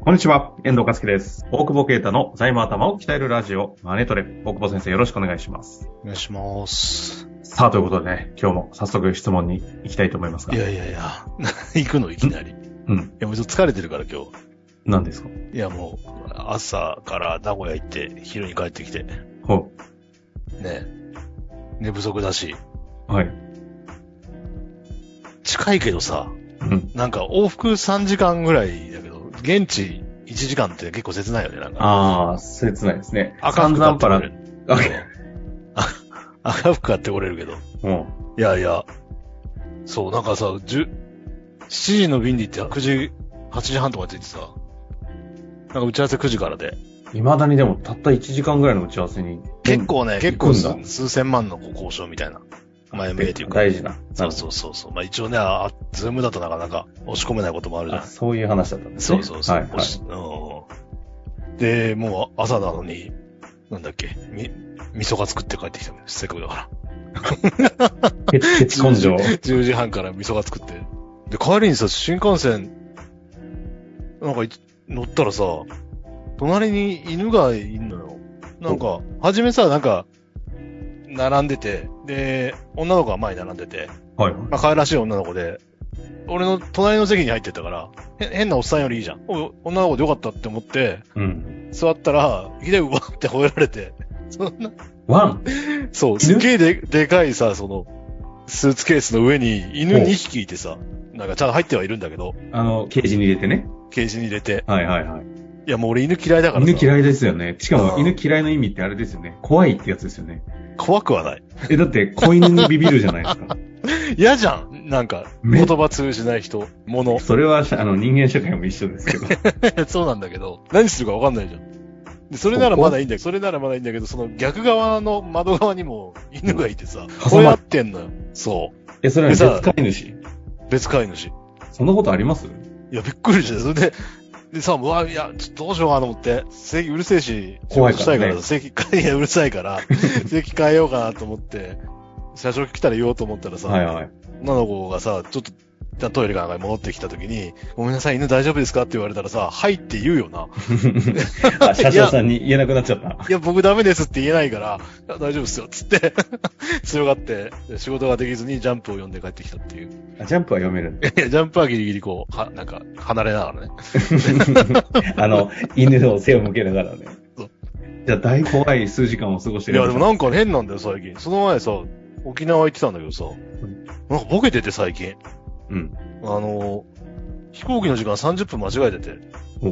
こんにちは、遠藤和樹です。大久保啓太の財務頭を鍛えるラジオ、マネトレ。大久保先生、よろしくお願いします。 お願いします。 さあ、ということでね、今日も早速質問に行きたいと思いますが。 いや、行くのいきなり。いや、もうちょっと疲れてるから今日。 何ですか？ いや、もう、朝から名古屋行って、昼に帰ってきて。 ほう。ね、寝不足だし。 はい。 近いけどさ、なんか往復3時間ぐらいだけど、現地1時間って結構切ないよね、なんか。 ああ、切ないですね。 赤服買ってこれる。赤服買ってこれるけど。いや、そう、なんかさ、7時の便で行って8時半とかついてさ、なんか打ち合わせ9時からで。 未だにでもたった1時間ぐらいの打ち合わせに。 結構数千万の交渉みたいな。MA っていうか。 大事な。 そう。まあ一応ね、ズームだとなかなか押し込めないこともあるじゃん。 そういう話だったんですね。 そう。はい。で、もう朝なのに、なんだっけ、味噌が作って帰ってきたんだよ。せっかくだから。 ケチ根性。 10時半から味噌が作って。で、帰りにさ、新幹線、なんか乗ったらさ、隣に犬がいんのよ。なんか、はじめさ、なんか、並んでて、で、女の子が前に並んでて、 はい。 まあ、可愛らしい女の子で、俺の隣の席に入ってったから、変なおっさんよりいいじゃん。女の子でよかったって思って、座ったら、いきなりワンって吠えられて、そんな。 ワン？ そう、すっげえでかいさ、その、スーツケースの上に犬2匹いてさ、なんかちゃんと入ってはいるんだけど。 ケージに入れてね。 ケージに入れて。 はい。 いや、もう俺犬嫌いだからさ。 犬嫌いですよね。しかも犬嫌いの意味ってあれですよね。怖いってやつですよね。 怖くはない。 だって子犬にビビるじゃないですか。 嫌じゃん。なんか、言葉通じない人、物。 それは、人間社会も一緒ですけど。 そうなんだけど、何するかわかんないじゃん。で、それならまだいいんだけど、その逆側の窓側にも犬がいてさ、こうやってんのよ。そう。 それは別飼い主？ 別飼い主。 そんなことあります？ いや、びっくりして、それでさ、いや、ちょっとどうしようかなと思って、席うるせえし、 怖いから、ね。 したいから、席うるさいから、席変えようかなと思って、社長来たら言おうと思ったらさ、 女の子がさ、ちょっと、トイレかなんかに戻ってきた時に、ごめんなさい、犬大丈夫ですかって言われたらさ、はいって言うよな。 社長さんに言えなくなっちゃった。 いや、僕ダメですって言えないから、大丈夫ですよ、つって、強がって、仕事ができずにジャンプを読んで帰ってきたっていう。 ジャンプは読めるんだ。 いや、ジャンプはギリギリこう、なんか、離れながらね。 犬を背を向けながらね。じゃあ、大怖い数時間を過ごしてる。 いや、でもなんか変なんだよ、最近。その前さ、沖縄行ってたんだけどさ、なんかボケてて最近。飛行機の時間30分間違えてて。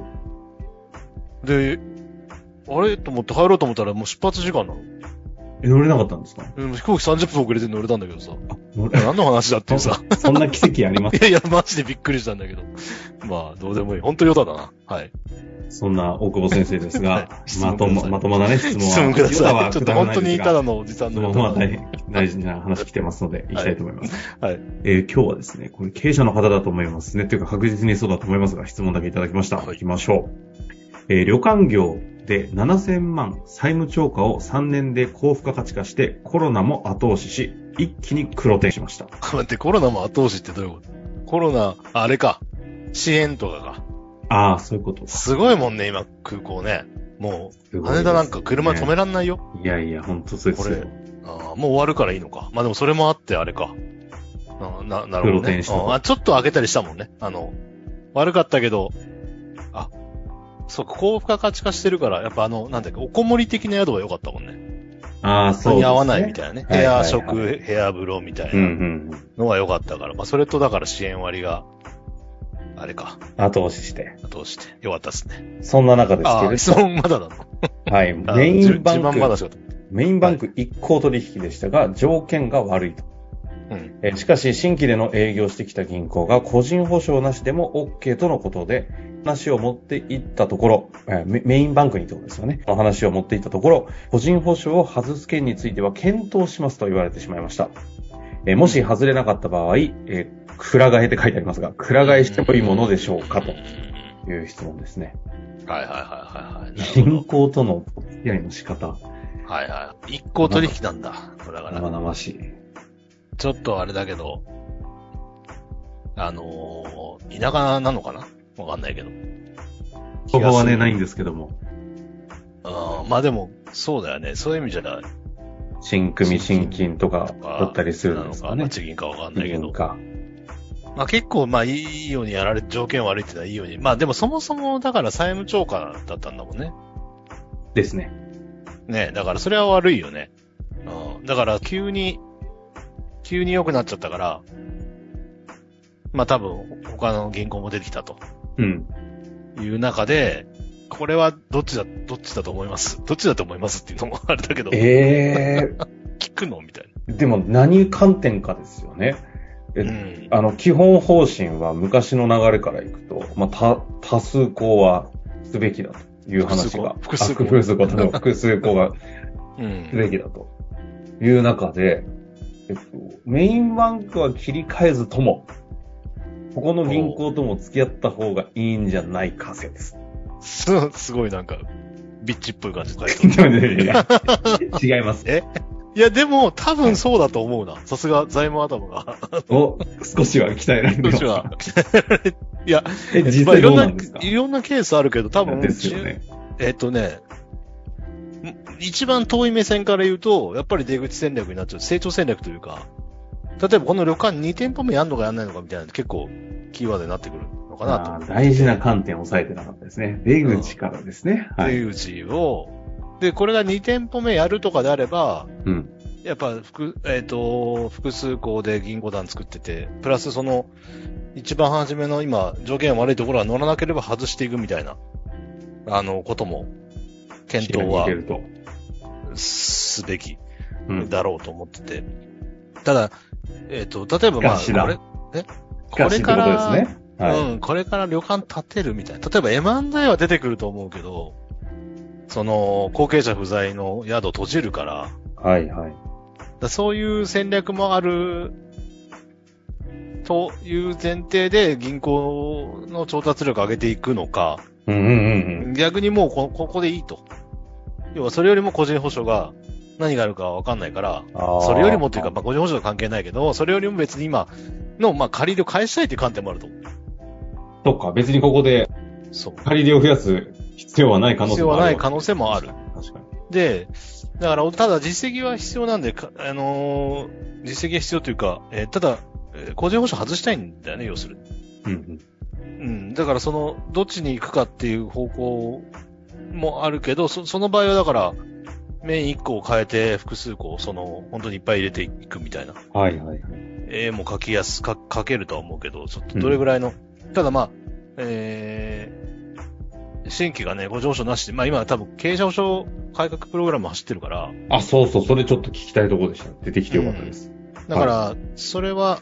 で、あれと思って入ろうと思ったらもう出発時間なの。 乗れなかったんですか？ 飛行機30分遅れて乗れたんだけどさ。何の話だっていうさ。 そんな奇跡あります？ いや、マジでびっくりしたんだけど。まあ、どうでもいい。本当によかったな。はい。 そんな大久保先生ですが、まともなね、質問は。 質問ください。ちょっと本当にただのおじさんの。 大事な話来てますので、行きたいと思います。 はい。 今日はですね、これ経営者の方だと思いますね。というか確実にそうだと思いますが、質問だけいただきました。行きましょう。旅館業で7000万債務超過を3年で高付加価値化して、コロナも後押しし、一気に黒点しました。 待って、コロナも後押しってどういうこと？コロナ、あれか。支援とかか。 ああ、そういうことか。 すごいもんね、今、空港ね。もう、羽田なんか車止めらんないよ。 いや、ほんとそうですよ。 もう終わるからいいのか。まあでもそれもあってあれか。なるほどね。 黒点した。 ちょっと上げたりしたもんね。悪かったけど、そうか、高付加価値化してるから、やっぱなんだっけ、おこもり的な宿が良かったもんね。 そうですね。 に合わないみたいなね。部屋食、部屋風呂みたいなのが良かったから、まあそれとだから支援割が、あれか。 後押しして。 よかったですね。 そんな中ですけど。 質問まだなの？ はい。メインバンク一行取引でしたが、条件が悪いと。しかし、新規での営業してきた銀行が個人保証なしでも OK とのことで、話を持っていったところ、メインバンクにってことですよね。話を持っていったところ、個人保証を外す件については検討しますと言われてしまいました。もし外れなかった場合、くら替えって書いてありますが、くら替えしてもいいものでしょうかという質問ですね。 はい。 銀行とのお付き合いの仕方。 一行取引なんだ。これだから。 生々しい。 ちょっとあれだけど、田舎なのかなわかんないけど。 気がする。 ここはね、ないんですけども。 まあでも、そうだよね。そういう意味じゃない。 新組、新金とかだったりするんですかね。 地銀かわかんないけど。 地銀か。 まあ結構、まあいいようにやられて、条件悪いってのはいいように。まあでもそもそもだから債務超過だったんだもんね。 ですね。 ね、だからそれは悪いよね。だから急に良くなっちゃったから、まあ多分他の銀行も出てきたと。 うん。 いう中で、これはどっちだと思いますどっちだと思いますっていうのもあれだけど。聞くのみたいな。 でも何観点かですよね。基本方針は昔の流れからいくと、まあ、多数項はすべきだという話が。複数項がすべきだという中で、メインバンクは切り替えずとも、ここの銀行とも付き合った方がいいんじゃないか説。 すごいなんか、ビッチっぽい感じで書いてる。違います。 いや、でも、多分そうだと思うな。さすが、財務頭が。 少しは鍛えられる。 少しは鍛えられる。いや、 実際どうなんですか？ いろんなケースあるけど、多分、 ですよね。 一番遠い目線から言うと、やっぱり出口戦略になっちゃう。成長戦略というか、例えばこの旅館2店舗目やんのかやんないのかみたいな結構、キーワードになってくるのかなと。 大事な観点を押さえてなかったですね。出口からですね。 出口を、で、これが2店舗目やるとかであれば、やっぱ複数項で銀行団作ってて、プラスその、一番初めの今、条件悪いところは乗らなければ外していくみたいな、ことも、検討は、すべきだろうと思ってて。ただ、例えばまあ、これから、これから旅館建てるみたいな。例えば M&A は出てくると思うけど、その、後継者不在の宿を閉じるから、そういう戦略もある、という前提で銀行の調達力を上げていくのか、逆にもうここでいいと。要はそれよりも個人保証が何があるかわかんないから、それよりもというか、まあ個人保証は関係ないけど、それよりも別に今の、まあ借り入れを返したいという観点もあると思う。 そっか、別にここで、借り入れを増やす必要はない可能性もある。 必要はない可能性もある。 確かに。 で、だから、ただ実績は必要なんで、実績が必要というか、ただ、個人保証外したいんだよね、要するに。だからどっちに行くかっていう方向もあるけど、その場合はだから、メイン1個を変えて複数個、本当にいっぱい入れていくみたいな。絵も書けるとは思うけど、ちょっとどれぐらいの、ただまあ、新規がね、ご上昇なしで、まあ今は多分経営者保証改革プログラム走ってるから。 そう、それちょっと聞きたいところでした。出てきてよかったです。 だから、それは、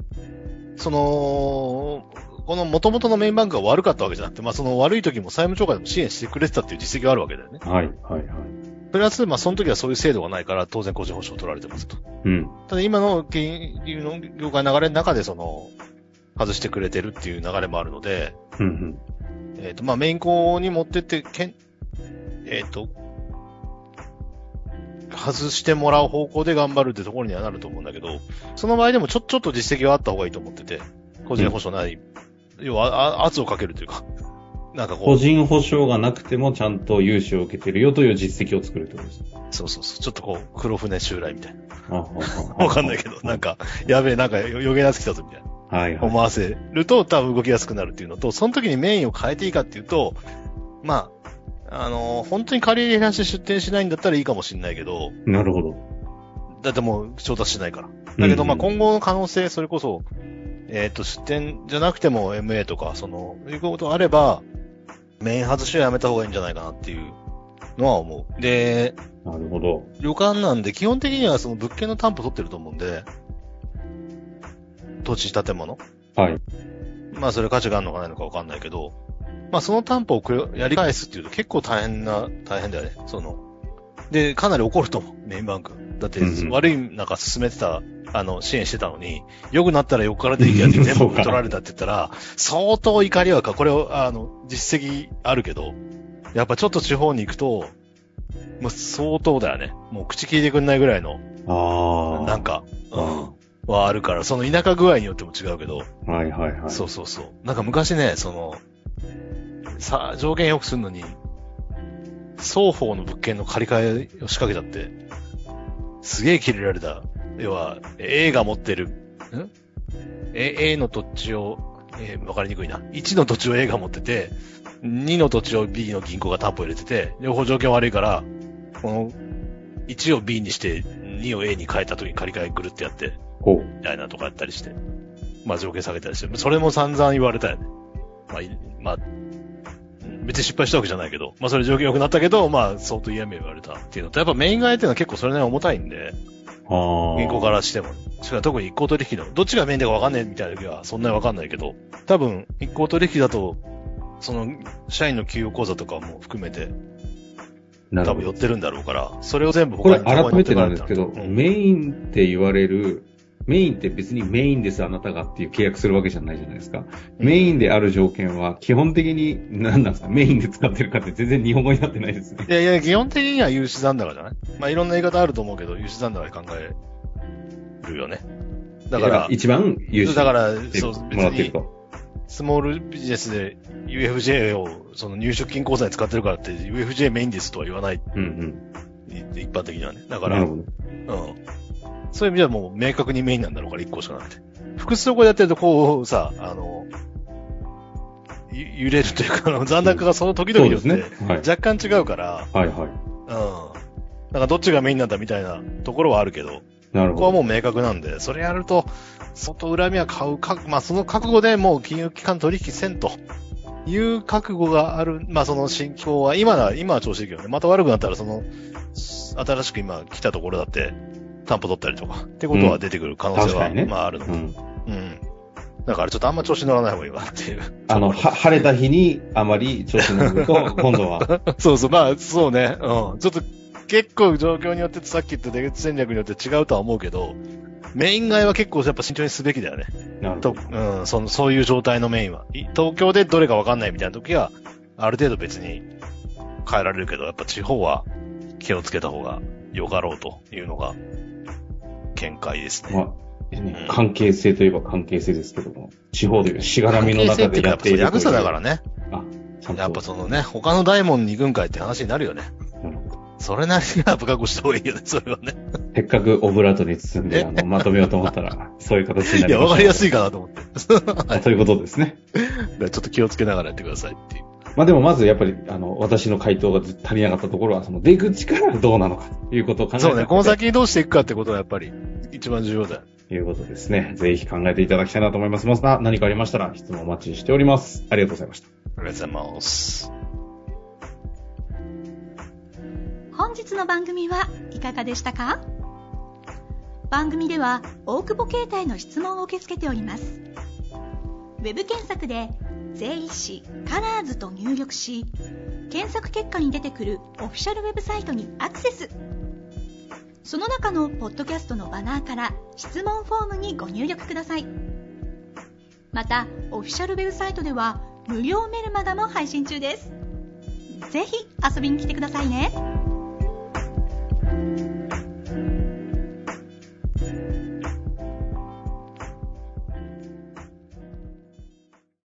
この元々のメインバンクが悪かったわけじゃなくて、まあその悪い時も債務超過でも支援してくれてたっていう実績があるわけだよね。プラス、まあその時はそういう制度がないから、当然個人保証を取られてますと。ただ今の金融の業界の流れの中で外してくれてるっていう流れもあるので、まあメイン校に持ってって、外してもらう方向で頑張るってところにはなると思うんだけど、その場合でもちょっと実績はあった方がいいと思ってて、個人保証ない、要は圧をかけるというか、なんか個人保証がなくてもちゃんと融資を受けてるよという実績を作るってことです。 そう。ちょっと黒船襲来みたいな。わかんないけど、なんか、やべえ、なんか余計なやつ来たぞみたいな。思わせると多分動きやすくなるっていうのと、その時にメインを変えていいかっていうと、まあ、本当に借り入れなし出店しないんだったらいいかもしれないけど。 なるほど。 だってもう調達しないから。だけど、まあ今後の可能性、それこそ、出店じゃなくても MA とか、いうことがあれば、メイン外しはやめた方がいいんじゃないかなっていうのは思う。で、 なるほど。 旅館なんで基本的には物件の担保取ってると思うんで、土地建物。まあそれ価値があるのかないのかわかんないけど、まあその担保をやり返すっていうと結構大変だよね。で、かなり怒ると思う、メインバンク。だって、悪い中進めてた、支援してたのに、良くなったら横からでいいやって全部取られたって言ったら、相当怒りはこれを、実績あるけど、やっぱちょっと地方に行くと、もう相当だよね。もう口聞いてくんないぐらいの、なんか、はあるから、その田舎具合によっても違うけど。そう。なんか昔ね、 条件良くするのに、双方の物件の借り換えを仕掛けちゃって、すげえ切れられた。要は、A が持ってる、A の土地を、わかりにくいな。1の土地を A が持ってて、2の土地を B の銀行が担保入れてて、両方条件悪いから、この、1を B にして、2を A に変えた時に借り換えぐるってやって、みたいなとかやったりして、まあ条件下げたりして、それも散々言われたよね。まあ、別に失敗したわけじゃないけど、まあそれ条件良くなったけど、まあ相当嫌味言われたっていうのと、やっぱメイン買いっていうのは結構それなりに重たいんで、銀行からしてもね。しかも特に一行取引の、どっちがメインだか分かんねえみたいな時はそんなに分かんないけど、多分一行取引だと、その社員の給与口座とかも含めて、多分寄ってるんだろうから、それを全部他にこれ改めてなんですけど、メインって言われる、メインって別にメインですあなたがっていう契約するわけじゃないじゃないですか。メインである条件は基本的に何なんですか、メインで使ってるかって全然日本語になってないですね。 いや、基本的には融資残高じゃない？まあいろんな言い方あると思うけど、融資残高で考えるよね。だから、 一番融資だから、 そう、もらってると。 スモールビジネスで UFJ をその入出金口座に使ってるからって UFJ メインですとは言わない。一般的にはね。だから、そういう意味ではもう明確にメインなんだろうから1個しかなくて。複数個でやってるとこうさ、揺れるというか、残高がその時々によって若干違うから、なんかどっちがメインなんだみたいなところはあるけど、 なるほど。 ここはもう明確なんで、それやると、相当恨みは買うまあその覚悟でもう金融機関取引せんという覚悟がある、まあその心境は、今は調子いいけどね、また悪くなったら新しく今来たところだって、担保取ったりとか、ってことは出てくる可能性は、まああるので。だからちょっとあんま調子乗らない方がいいわっていう。 晴れた日にあまり調子乗ると、今度は。 そう、まあそうね。ちょっと結構状況によってさっき言った出口戦略によって違うとは思うけど、メイン買いは結構やっぱ慎重にすべきだよね。 なるほど。そういう状態のメインは。東京でどれかわかんないみたいな時は、ある程度別に変えられるけど、やっぱ地方は気をつけた方がよかろうというのが、見解ですね。 関係性といえば関係性ですけども、地方でいうしがらみの中でやっている。 ヤクザだからね。やっぱそのね、他の大門に行くんかいって話になるよね。それなりには覚悟した方がいいよね、それはね。 せっかくオブラートに包んで、まとめようと思ったら、そういう形になりました。 いや、わかりやすいかなと思って。 ということですね。 ちょっと気をつけながらやってくださいっていう。 まあでもまずやっぱり、私の回答が足りなかったところは、その出口からどうなのかということを考えて。 そうね、この先どうしていくかってことはやっぱり一番重要だよ。 ということですね。ぜひ考えていただきたいなと思います。また何かありましたら質問お待ちしております。ありがとうございました。 ありがとうございます。 本日の番組はいかがでしたか？番組では大久保携帯の質問を受け付けております。ウェブ検索で税理士カラーズと入力し、検索結果に出てくるオフィシャルウェブサイトにアクセス。その中のポッドキャストのバナーから質問フォームにご入力ください。またオフィシャルウェブサイトでは無料メルマガも配信中です。ぜひ遊びに来てくださいね。